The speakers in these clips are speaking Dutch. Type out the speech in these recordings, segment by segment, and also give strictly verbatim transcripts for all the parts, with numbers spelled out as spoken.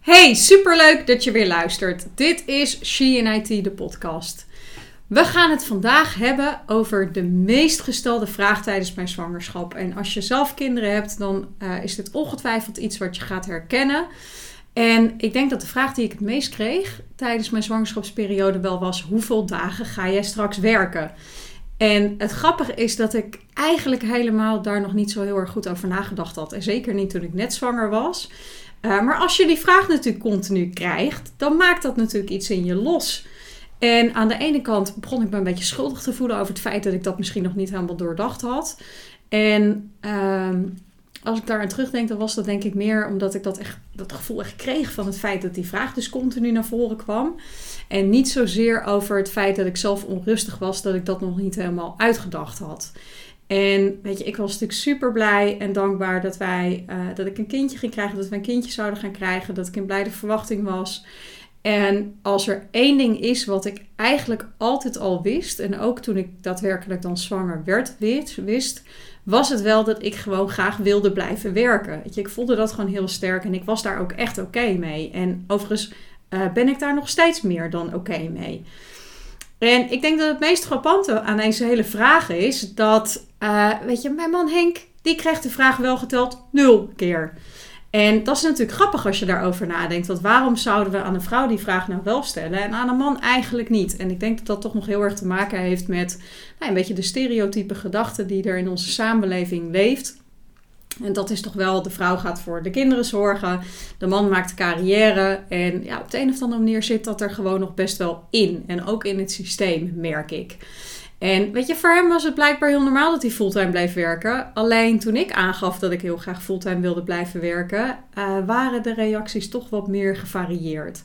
Hey, superleuk dat je weer luistert. Dit is She in I T, de podcast. We gaan het vandaag hebben over de meest gestelde vraag tijdens mijn zwangerschap. En als je zelf kinderen hebt, dan uh, is dit ongetwijfeld iets wat je gaat herkennen. En ik denk dat de vraag die ik het meest kreeg tijdens mijn zwangerschapsperiode wel was: hoeveel dagen ga jij straks werken? En het grappige is dat ik eigenlijk helemaal daar nog niet zo heel erg goed over nagedacht had. En zeker niet toen ik net zwanger was. Uh, maar als je die vraag natuurlijk continu krijgt, dan maakt dat natuurlijk iets in je los. En aan de ene kant begon ik me een beetje schuldig te voelen over het feit dat ik dat misschien nog niet helemaal doordacht had. En uh, als ik daar aan terugdenk, dan was dat denk ik meer omdat ik dat, echt, dat gevoel echt kreeg van het feit dat die vraag dus continu naar voren kwam. En niet zozeer over het feit dat ik zelf onrustig was, dat ik dat nog niet helemaal uitgedacht had. En weet je, ik was natuurlijk super blij en dankbaar dat wij, uh, dat ik een kindje ging krijgen, dat we een kindje zouden gaan krijgen, dat ik in blijde verwachting was. En als er één ding is wat ik eigenlijk altijd al wist, en ook toen ik daadwerkelijk dan zwanger werd, wist, was het wel dat ik gewoon graag wilde blijven werken. Weet je, ik voelde dat gewoon heel sterk en ik was daar ook echt oké okay mee. En overigens uh, ben ik daar nog steeds meer dan oké okay mee. En ik denk dat het meest frappante aan deze hele vraag is dat, uh, weet je, mijn man Henk, die kreeg de vraag wel geteld nul keer. En dat is natuurlijk grappig als je daarover nadenkt. Want waarom zouden we aan een vrouw die vraag nou wel stellen en aan een man eigenlijk niet? En ik denk dat dat toch nog heel erg te maken heeft met nou, een beetje de stereotype gedachte die er in onze samenleving leeft. En dat is toch wel, de vrouw gaat voor de kinderen zorgen, de man maakt carrière. En ja, op de een of andere manier zit dat er gewoon nog best wel in. En ook in het systeem, merk ik. En weet je, voor hem was het blijkbaar heel normaal dat hij fulltime bleef werken. Alleen toen ik aangaf dat ik heel graag fulltime wilde blijven werken, uh, waren de reacties toch wat meer gevarieerd.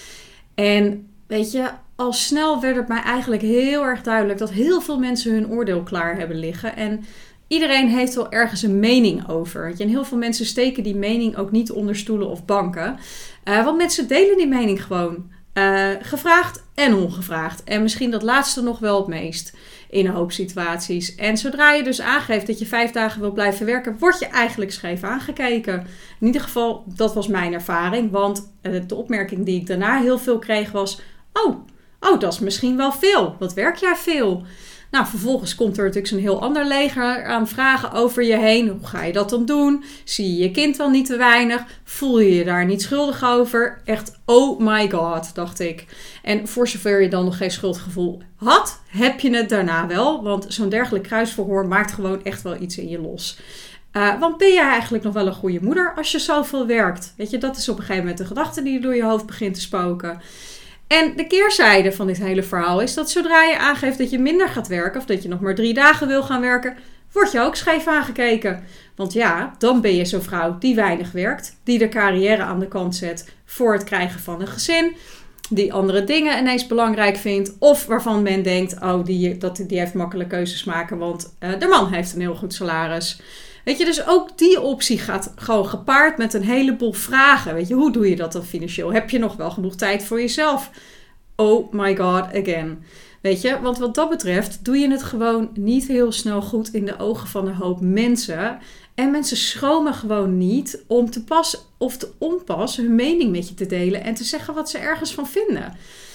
En weet je, al snel werd het mij eigenlijk heel erg duidelijk dat heel veel mensen hun oordeel klaar hebben liggen. En iedereen heeft wel ergens een mening over. En heel veel mensen steken die mening ook niet onder stoelen of banken. Uh, want mensen delen die mening gewoon. Uh, gevraagd en ongevraagd. En misschien dat laatste nog wel het meest in een hoop situaties. En zodra je dus aangeeft dat je vijf dagen wil blijven werken, word je eigenlijk scheef aangekeken. In ieder geval, dat was mijn ervaring. Want uh, de opmerking die ik daarna heel veel kreeg was: Oh, oh, dat is misschien wel veel. Wat werk jij veel? Nou, vervolgens komt er natuurlijk zo'n heel ander leger aan vragen over je heen. Hoe ga je dat dan doen? Zie je je kind wel niet te weinig? Voel je je daar niet schuldig over? Echt, oh my god, dacht ik. En voor zover je dan nog geen schuldgevoel had, heb je het daarna wel. Want zo'n dergelijk kruisverhoor maakt gewoon echt wel iets in je los. Uh, want ben jij eigenlijk nog wel een goede moeder als je zoveel werkt? Weet je, dat is op een gegeven moment de gedachte die door je hoofd begint te spoken. En de keerzijde van dit hele verhaal is dat zodra je aangeeft dat je minder gaat werken, of dat je nog maar drie dagen wil gaan werken, word je ook scheef aangekeken. Want ja, dan ben je zo'n vrouw die weinig werkt, die de carrière aan de kant zet voor het krijgen van een gezin, die andere dingen ineens belangrijk vindt, of waarvan men denkt, oh, die, dat, die heeft makkelijk keuzes maken, want uh, de man heeft een heel goed salaris. Weet je, dus ook die optie gaat gewoon gepaard met een heleboel vragen. Weet je, hoe doe je dat dan financieel? Heb je nog wel genoeg tijd voor jezelf? Oh my god, again. Weet je, want wat dat betreft doe je het gewoon niet heel snel goed in de ogen van een hoop mensen. En mensen schromen gewoon niet om te pas of te onpas hun mening met je te delen en te zeggen wat ze ergens van vinden.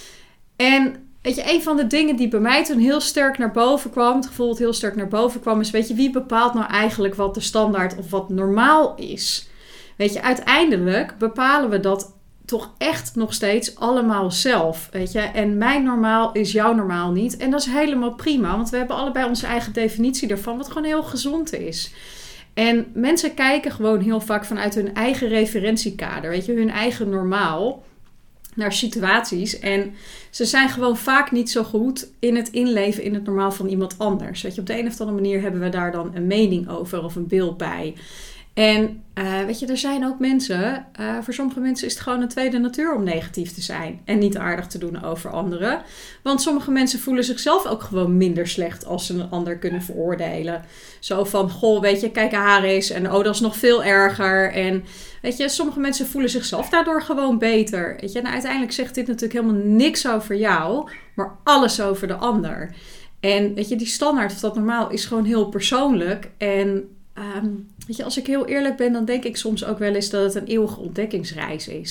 En weet je, een van de dingen die bij mij toen heel sterk naar boven kwam, het gevoel dat heel sterk naar boven kwam, is, weet je, wie bepaalt nou eigenlijk wat de standaard of wat normaal is? Weet je, uiteindelijk bepalen we dat toch echt nog steeds allemaal zelf, weet je. En mijn normaal is jouw normaal niet. En dat is helemaal prima, want we hebben allebei onze eigen definitie daarvan, wat gewoon heel gezond is. En mensen kijken gewoon heel vaak vanuit hun eigen referentiekader, weet je, hun eigen normaal naar situaties. En ze zijn gewoon vaak niet zo goed in het inleven in het normaal van iemand anders. Weet je, op de een of andere manier hebben we daar dan een mening over of een beeld bij. En uh, weet je, er zijn ook mensen, uh, voor sommige mensen is het gewoon een tweede natuur om negatief te zijn en niet aardig te doen over anderen. Want sommige mensen voelen zichzelf ook gewoon minder slecht als ze een ander kunnen veroordelen. Zo van, goh, weet je, kijk haar eens en oh, dat is nog veel erger. En weet je, sommige mensen voelen zichzelf daardoor gewoon beter. Weet je, en uiteindelijk zegt dit natuurlijk helemaal niks over jou, maar alles over de ander. En weet je, die standaard of dat normaal is gewoon heel persoonlijk. En Um, weet je, als ik heel eerlijk ben, dan denk ik soms ook wel eens dat het een eeuwige ontdekkingsreis is.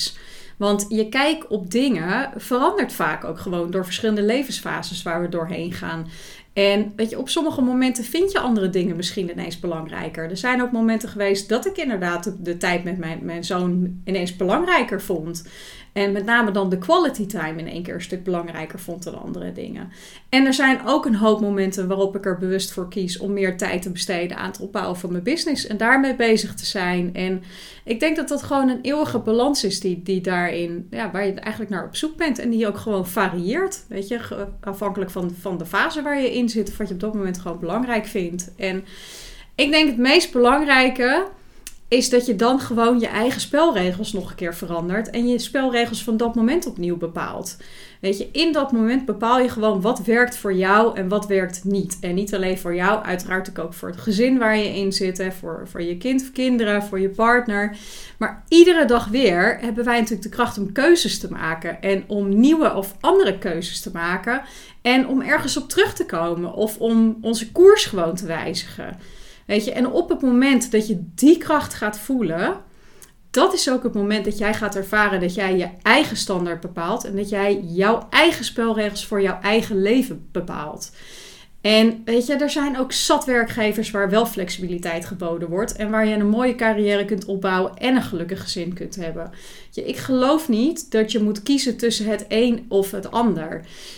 Want je kijk op dingen verandert vaak ook gewoon door verschillende levensfases waar we doorheen gaan. En weet je, op sommige momenten vind je andere dingen misschien ineens belangrijker. Er zijn ook momenten geweest dat ik inderdaad de, de tijd met mijn, mijn zoon ineens belangrijker vond. En met name dan de quality time in één keer een stuk belangrijker vond dan andere dingen. En er zijn ook een hoop momenten waarop ik er bewust voor kies om meer tijd te besteden aan het opbouwen van mijn business. En daarmee bezig te zijn. En ik denk dat dat gewoon een eeuwige balans is die, die daarin, ja, waar je eigenlijk naar op zoek bent. En die ook gewoon varieert. Weet je, afhankelijk van, van de fase waar je in zit. Of wat je op dat moment gewoon belangrijk vindt. En ik denk het meest belangrijke is dat je dan gewoon je eigen spelregels nog een keer verandert. En je spelregels van dat moment opnieuw bepaalt. Weet je, in dat moment bepaal je gewoon wat werkt voor jou en wat werkt niet. En niet alleen voor jou, uiteraard ook voor het gezin waar je in zit. Hè, voor, voor je kind of kinderen, voor je partner. Maar iedere dag weer hebben wij natuurlijk de kracht om keuzes te maken. En om nieuwe of andere keuzes te maken. En om ergens op terug te komen. Of om onze koers gewoon te wijzigen. Weet je, en op het moment dat je die kracht gaat voelen, dat is ook het moment dat jij gaat ervaren dat jij je eigen standaard bepaalt. En dat jij jouw eigen spelregels voor jouw eigen leven bepaalt. En weet je, er zijn ook zat werkgevers waar wel flexibiliteit geboden wordt. En waar je een mooie carrière kunt opbouwen en een gelukkig gezin kunt hebben. Weet je, ik geloof niet dat je moet kiezen tussen het een of het ander.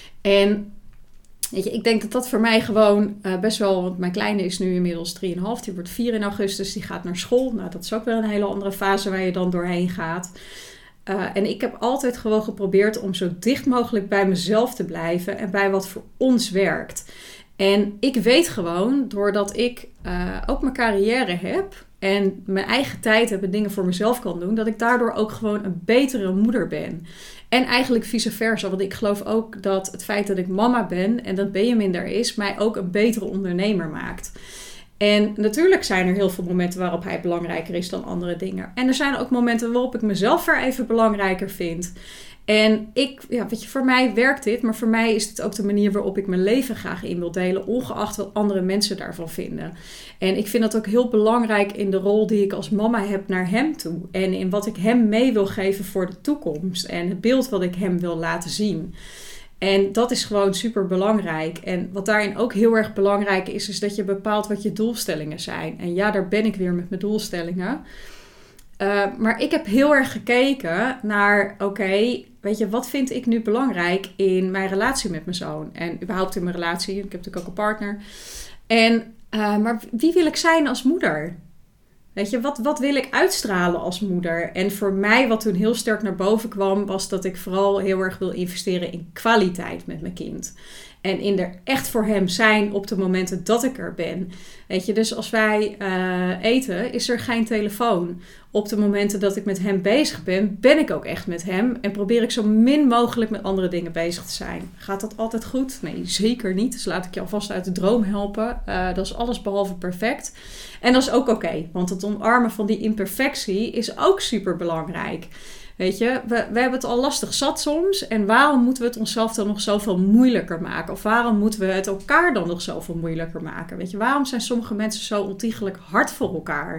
En weet je, ik denk dat dat voor mij gewoon uh, best wel, want mijn kleine is nu inmiddels drie komma vijf, die wordt vier in augustus, die gaat naar school. Nou, dat is ook wel een hele andere fase waar je dan doorheen gaat. Uh, en ik heb altijd gewoon geprobeerd om zo dicht mogelijk bij mezelf te blijven en bij wat voor ons werkt. En ik weet gewoon, doordat ik uh, ook mijn carrière heb en mijn eigen tijd heb en dingen voor mezelf kan doen, dat ik daardoor ook gewoon een betere moeder ben. En eigenlijk vice versa, want ik geloof ook dat het feit dat ik mama ben en dat Benjamin daar is, mij ook een betere ondernemer maakt. En natuurlijk zijn er heel veel momenten waarop hij belangrijker is dan andere dingen. En er zijn ook momenten waarop ik mezelf weer even belangrijker vind. En ik, ja, weet je, voor mij werkt dit, maar voor mij is het ook de manier waarop ik mijn leven graag in wil delen, ongeacht wat andere mensen daarvan vinden. En ik vind dat ook heel belangrijk in de rol die ik als mama heb naar hem toe. En in wat ik hem mee wil geven voor de toekomst. En het beeld wat ik hem wil laten zien. En dat is gewoon super belangrijk. En wat daarin ook heel erg belangrijk is, is dat je bepaalt wat je doelstellingen zijn. En ja, daar ben ik weer met mijn doelstellingen. Uh, maar ik heb heel erg gekeken naar, oké, okay, weet je, wat vind ik nu belangrijk in mijn relatie met mijn zoon? En überhaupt in mijn relatie, ik heb natuurlijk ook een partner. En, uh, maar wie wil ik zijn als moeder? Weet je, wat, wat wil ik uitstralen als moeder? En voor mij, wat toen heel sterk naar boven kwam, was dat ik vooral heel erg wil investeren in kwaliteit met mijn kind. En in er echt voor hem zijn op de momenten dat ik er ben. Weet je, dus als wij uh, eten, is er geen telefoon. Op de momenten dat ik met hem bezig ben, ben ik ook echt met hem. En probeer ik zo min mogelijk met andere dingen bezig te zijn. Gaat dat altijd goed? Nee, zeker niet. Dus laat ik je alvast uit de droom helpen. Uh, dat is alles behalve perfect. En dat is ook oké. Okay, want het omarmen van die imperfectie is ook super belangrijk. Weet je, we, we hebben het al lastig zat soms. En waarom moeten we het onszelf dan nog zoveel moeilijker maken? Of waarom moeten we het elkaar dan nog zoveel moeilijker maken? Weet je, waarom zijn sommige mensen zo ontiegelijk hard voor elkaar?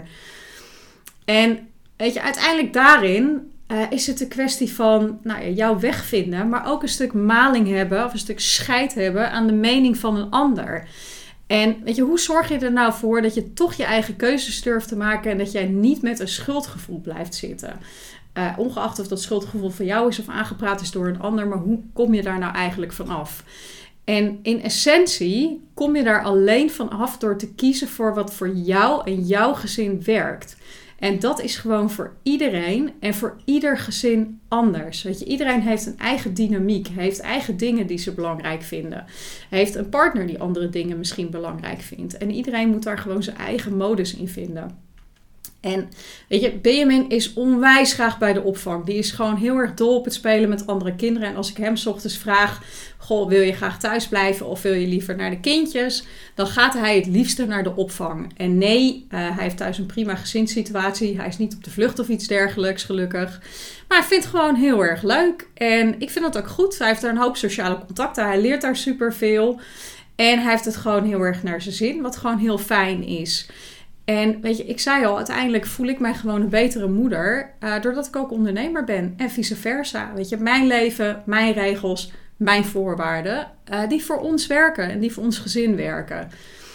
En weet je, uiteindelijk daarin uh, is het een kwestie van nou ja, jouw weg vinden. Maar ook een stuk maling hebben of een stuk scheid hebben aan de mening van een ander. En weet je, hoe zorg je er nou voor dat je toch je eigen keuzes durft te maken en dat jij niet met een schuldgevoel blijft zitten? Uh, ongeacht of dat schuldgevoel van jou is of aangepraat is door een ander, maar hoe kom je daar nou eigenlijk van af? En in essentie kom je daar alleen van af door te kiezen voor wat voor jou en jouw gezin werkt. En dat is gewoon voor iedereen en voor ieder gezin anders. Weet je, iedereen heeft een eigen dynamiek, heeft eigen dingen die ze belangrijk vinden. Heeft een partner die andere dingen misschien belangrijk vindt. En iedereen moet daar gewoon zijn eigen modus in vinden. En weet je, Benjamin is onwijs graag bij de opvang. Die is gewoon heel erg dol op het spelen met andere kinderen. En als ik hem 's ochtends vraag, goh, wil je graag thuis blijven of wil je liever naar de kindjes? Dan gaat hij het liefste naar de opvang. En nee, uh, hij heeft thuis een prima gezinssituatie. Hij is niet op de vlucht of iets dergelijks, gelukkig. Maar hij vindt het gewoon heel erg leuk. En ik vind dat ook goed. Hij heeft daar een hoop sociale contacten. Hij leert daar superveel. En hij heeft het gewoon heel erg naar zijn zin, wat gewoon heel fijn is. En weet je, ik zei al, uiteindelijk voel ik mij gewoon een betere moeder. Uh, doordat ik ook ondernemer ben. En vice versa. Weet je, mijn leven, mijn regels, mijn voorwaarden. Uh, die voor ons werken en die voor ons gezin werken.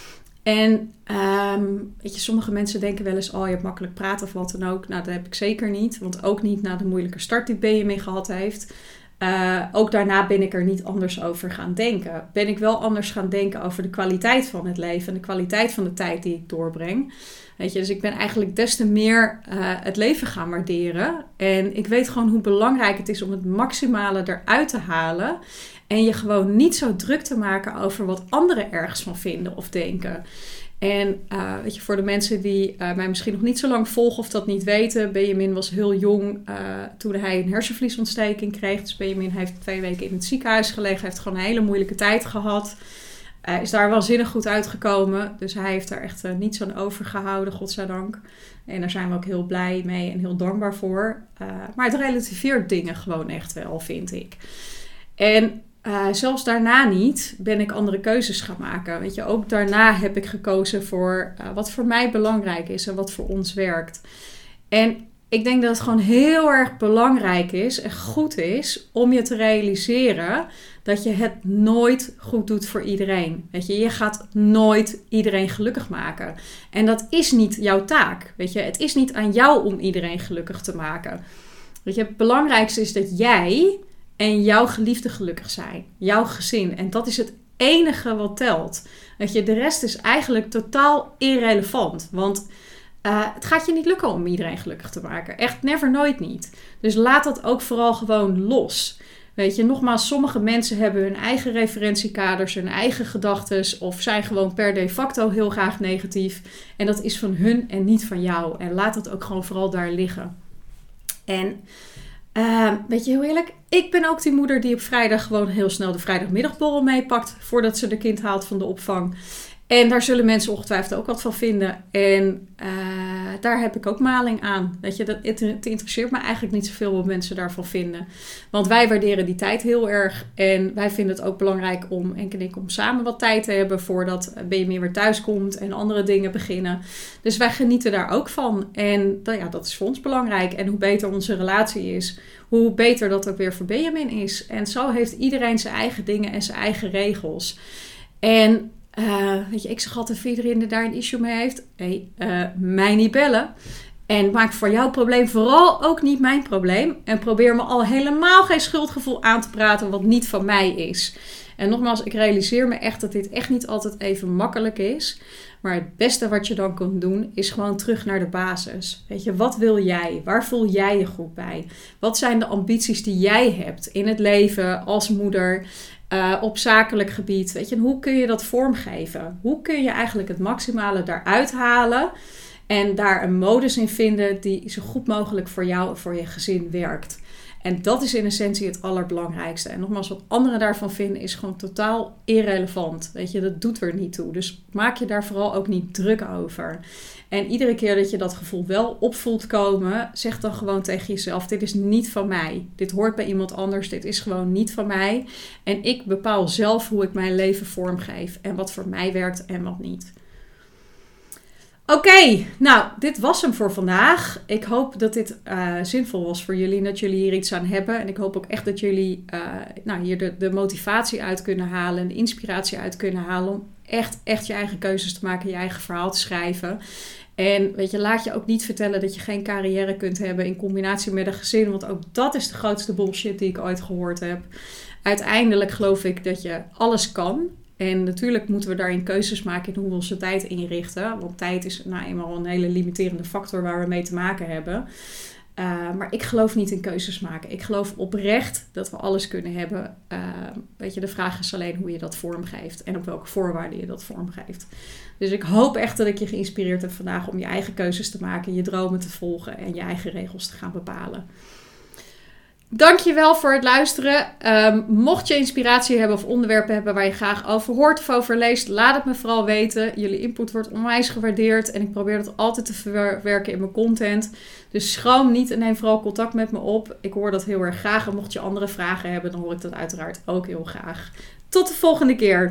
En um, weet je, sommige mensen denken wel eens, oh je hebt makkelijk praten of wat dan ook. Nou, dat heb ik zeker niet. Want ook niet na de moeilijke start die Benjamin gehad heeft. Uh, ook daarna ben ik er niet anders over gaan denken. Ben ik wel anders gaan denken over de kwaliteit van het leven en de kwaliteit van de tijd die ik doorbreng. Weet je, dus ik ben eigenlijk des te meer uh, het leven gaan waarderen. En ik weet gewoon hoe belangrijk het is om het maximale eruit te halen. En je gewoon niet zo druk te maken over wat anderen ergens van vinden of denken. En uh, weet je, voor de mensen die uh, mij misschien nog niet zo lang volgen of dat niet weten. Benjamin was heel jong uh, toen hij een hersenvliesontsteking kreeg. Dus Benjamin heeft twee weken in het ziekenhuis gelegen. Heeft gewoon een hele moeilijke tijd gehad. Hij uh, is daar waanzinnig goed uitgekomen. Dus hij heeft daar echt uh, niets aan overgehouden, godzijdank. En daar zijn we ook heel blij mee en heel dankbaar voor. Uh, maar het relativeert dingen gewoon echt wel, vind ik. En Uh, zelfs daarna niet ben ik andere keuzes gaan maken. Weet je, ook daarna heb ik gekozen voor uh, wat voor mij belangrijk is en wat voor ons werkt. En ik denk dat het gewoon heel erg belangrijk is en goed is om je te realiseren dat je het nooit goed doet voor iedereen. Weet je, je gaat nooit iedereen gelukkig maken. En dat is niet jouw taak. Weet je, het is niet aan jou om iedereen gelukkig te maken. Weet je, het belangrijkste is dat jij en jouw geliefden gelukkig zijn. Jouw gezin. En dat is het enige wat telt. Weet je, de rest is eigenlijk totaal irrelevant. Want uh, het gaat je niet lukken om iedereen gelukkig te maken. Echt never, nooit niet. Dus laat dat ook vooral gewoon los. Weet je, nogmaals, sommige mensen hebben hun eigen referentiekaders, hun eigen gedachtes of zijn gewoon per de facto heel graag negatief. En dat is van hun en niet van jou. En laat dat ook gewoon vooral daar liggen. En Uh, weet je, heel eerlijk, ik ben ook die moeder die op vrijdag gewoon heel snel de vrijdagmiddagborrel meepakt voordat ze de kind haalt van de opvang. En daar zullen mensen ongetwijfeld ook wat van vinden. En uh, daar heb ik ook maling aan. Weet je, dat, het, het interesseert me eigenlijk niet zoveel wat mensen daarvan vinden. Want wij waarderen die tijd heel erg. En wij vinden het ook belangrijk om, Enk en ik, om samen wat tijd te hebben voordat Benjamin weer thuis komt en andere dingen beginnen. Dus wij genieten daar ook van. En nou ja, dat is voor ons belangrijk. En hoe beter onze relatie is, hoe beter dat ook weer voor Benjamin is. En zo heeft iedereen zijn eigen dingen en zijn eigen regels. En Uh, weet je, ik zeg altijd, voor iedereen die daar een issue mee heeft, hey, uh, mij niet bellen. En maak voor jouw probleem vooral ook niet mijn probleem. En probeer me al helemaal geen schuldgevoel aan te praten wat niet van mij is. En nogmaals, ik realiseer me echt dat dit echt niet altijd even makkelijk is. Maar het beste wat je dan kunt doen, is gewoon terug naar de basis. Weet je, wat wil jij? Waar voel jij je goed bij? Wat zijn de ambities die jij hebt in het leven als moeder? Uh, op zakelijk gebied, weet je, en hoe kun je dat vormgeven? Hoe kun je eigenlijk het maximale daaruit halen en daar een modus in vinden die zo goed mogelijk voor jou en voor je gezin werkt? En dat is in essentie het allerbelangrijkste. En nogmaals, wat anderen daarvan vinden is gewoon totaal irrelevant. Weet je, dat doet er niet toe. Dus maak je daar vooral ook niet druk over. En iedere keer dat je dat gevoel wel opvoelt komen, zeg dan gewoon tegen jezelf, dit is niet van mij. Dit hoort bij iemand anders, dit is gewoon niet van mij. En ik bepaal zelf hoe ik mijn leven vormgeef en wat voor mij werkt en wat niet. Oké, okay, nou, dit was hem voor vandaag. Ik hoop dat dit uh, zinvol was voor jullie en dat jullie hier iets aan hebben. En ik hoop ook echt dat jullie uh, nou, hier de, de motivatie uit kunnen halen en de inspiratie uit kunnen halen om echt, echt je eigen keuzes te maken, je eigen verhaal te schrijven. En weet je, laat je ook niet vertellen dat je geen carrière kunt hebben in combinatie met een gezin. Want ook dat is de grootste bullshit die ik ooit gehoord heb. Uiteindelijk geloof ik dat je alles kan. En natuurlijk moeten we daarin keuzes maken in hoe we onze tijd inrichten. Want tijd is nou eenmaal een hele limiterende factor waar we mee te maken hebben. Uh, maar ik geloof niet in keuzes maken. Ik geloof oprecht dat we alles kunnen hebben. Uh, weet je, de vraag is alleen hoe je dat vormgeeft. En op welke voorwaarden je dat vormgeeft. Dus ik hoop echt dat ik je geïnspireerd heb vandaag om je eigen keuzes te maken. Je dromen te volgen en je eigen regels te gaan bepalen. Dankjewel voor het luisteren. Um, mocht je inspiratie hebben of onderwerpen hebben waar je graag over hoort of over leest, laat het me vooral weten. Jullie input wordt onwijs gewaardeerd en ik probeer dat altijd te verwerken in mijn content. Dus schroom niet en neem vooral contact met me op. Ik hoor dat heel erg graag en mocht je andere vragen hebben, dan hoor ik dat uiteraard ook heel graag. Tot de volgende keer.